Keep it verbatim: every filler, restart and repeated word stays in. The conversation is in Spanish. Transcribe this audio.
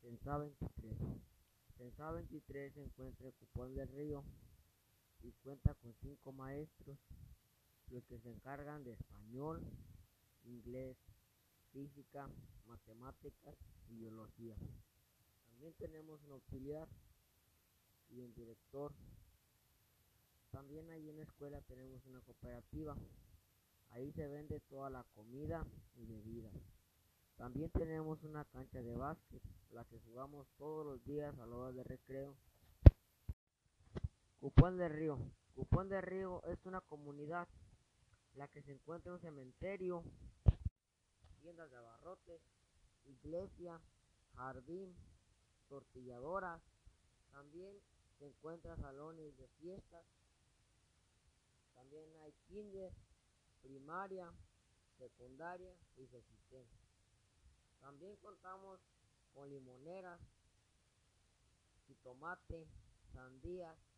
Censá veintitrés. Censá veintitrés se encuentra en Cupón del Río y cuenta con cinco maestros, los que se encargan de español, inglés, física, matemáticas y biología. También tenemos un auxiliar y un director. También ahí en la escuela tenemos una cooperativa. Ahí se vende toda la comida y bebidas. También tenemos una cancha de básquet, la que jugamos todos los días a la hora de recreo. Cupón del Río. Cupón del Río es una comunidad, la que se encuentra en un cementerio, tiendas de abarrotes, iglesia, jardín, tortilladoras. También se encuentran salones de fiestas. También hay kinder, primaria, secundaria y Cecité. También contamos con limoneras, jitomate, sandías,